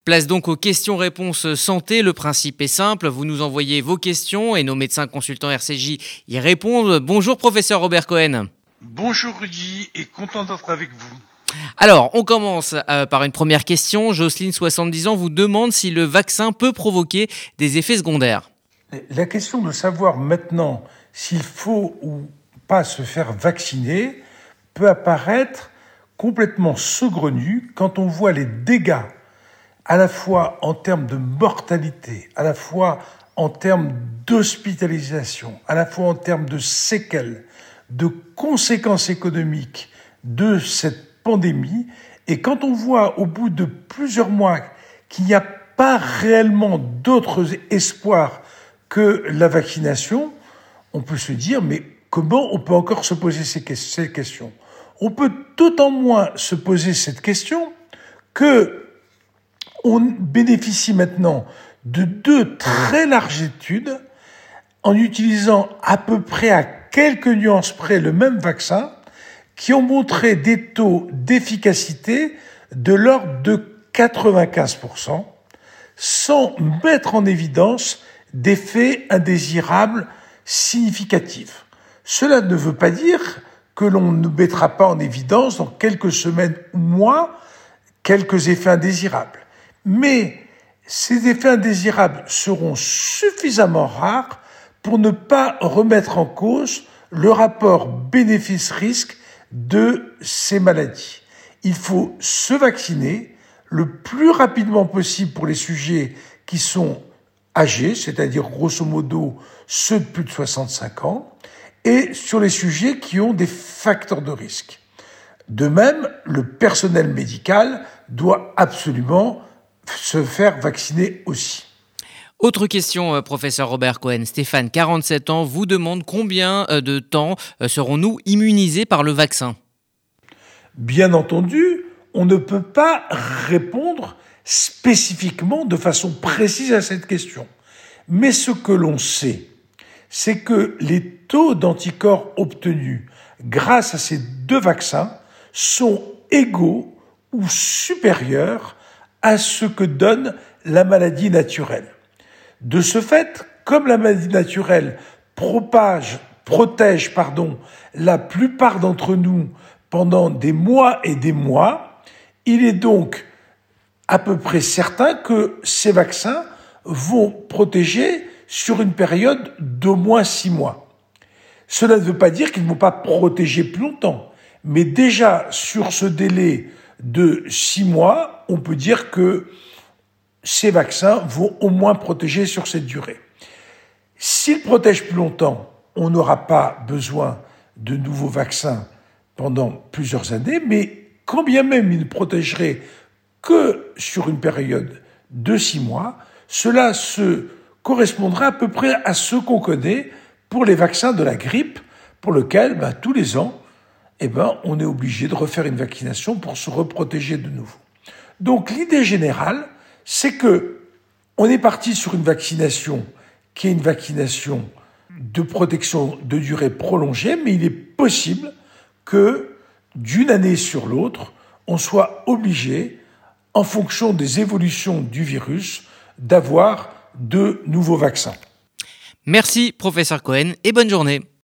Place donc aux questions-réponses santé. Le principe est simple, vous nous envoyez vos questions et nos médecins consultants RCJ y répondent. Bonjour professeur Robert Cohen. Bonjour Rudy et content d'être avec vous. Alors, on commence par une première question. Jocelyne, 70 ans, vous demande si le vaccin peut provoquer des effets secondaires. La question de savoir maintenant s'il faut ou pas se faire vacciner peut apparaître complètement saugrenue quand on voit les dégâts, à la fois en termes de mortalité, à la fois en termes d'hospitalisation, à la fois en termes de séquelles, de conséquences économiques de cette pandémie. Et quand on voit au bout de plusieurs mois qu'il n'y a pas réellement d'autres espoirs que la vaccination, on peut se dire, mais comment on peut encore se poser ces questions ? On peut d'autant moins se poser cette question que on bénéficie maintenant de 2 très larges études en utilisant à peu près à quelques nuances près le même vaccin qui ont montré des taux d'efficacité de l'ordre de 95% sans mettre en évidence d'effets indésirables significatifs. Cela ne veut pas dire que l'on ne mettra pas en évidence dans quelques semaines ou mois quelques effets indésirables. Mais ces effets indésirables seront suffisamment rares pour ne pas remettre en cause le rapport bénéfice-risque de ces maladies. Il faut se vacciner le plus rapidement possible pour les sujets qui sont âgés, c'est-à-dire grosso modo ceux de plus de 65 ans, et sur les sujets qui ont des facteurs de risque. De même, le personnel médical doit absolument se faire vacciner aussi. Autre question, professeur Robert Cohen. Stéphane, 47 ans, vous demande combien de temps serons-nous immunisés par le vaccin ? Bien entendu, on ne peut pas répondre spécifiquement de façon précise à cette question. Mais ce que l'on sait, c'est que les taux d'anticorps obtenus grâce à ces 2 vaccins sont égaux ou supérieurs à ce que donne la maladie naturelle. De ce fait, comme la maladie naturelle protège la plupart d'entre nous pendant des mois et des mois, il est donc à peu près certain que ces vaccins vont protéger sur une période d'au moins 6 mois. Cela ne veut pas dire qu'ils ne vont pas protéger plus longtemps, mais déjà sur ce délai de 6 mois, on peut dire que ces vaccins vont au moins protéger sur cette durée. S'ils protègent plus longtemps, on n'aura pas besoin de nouveaux vaccins pendant plusieurs années, mais quand bien même ils ne protégeraient que sur une période de 6 mois, cela se correspondra à peu près à ce qu'on connaît pour les vaccins de la grippe, pour lequel, tous les ans, on est obligé de refaire une vaccination pour se reprotéger de nouveau. Donc l'idée générale, c'est que on est parti sur une vaccination qui est une vaccination de protection de durée prolongée, mais il est possible que d'une année sur l'autre, on soit obligé, en fonction des évolutions du virus, d'avoir de nouveaux vaccins. Merci professeur Cohen et bonne journée.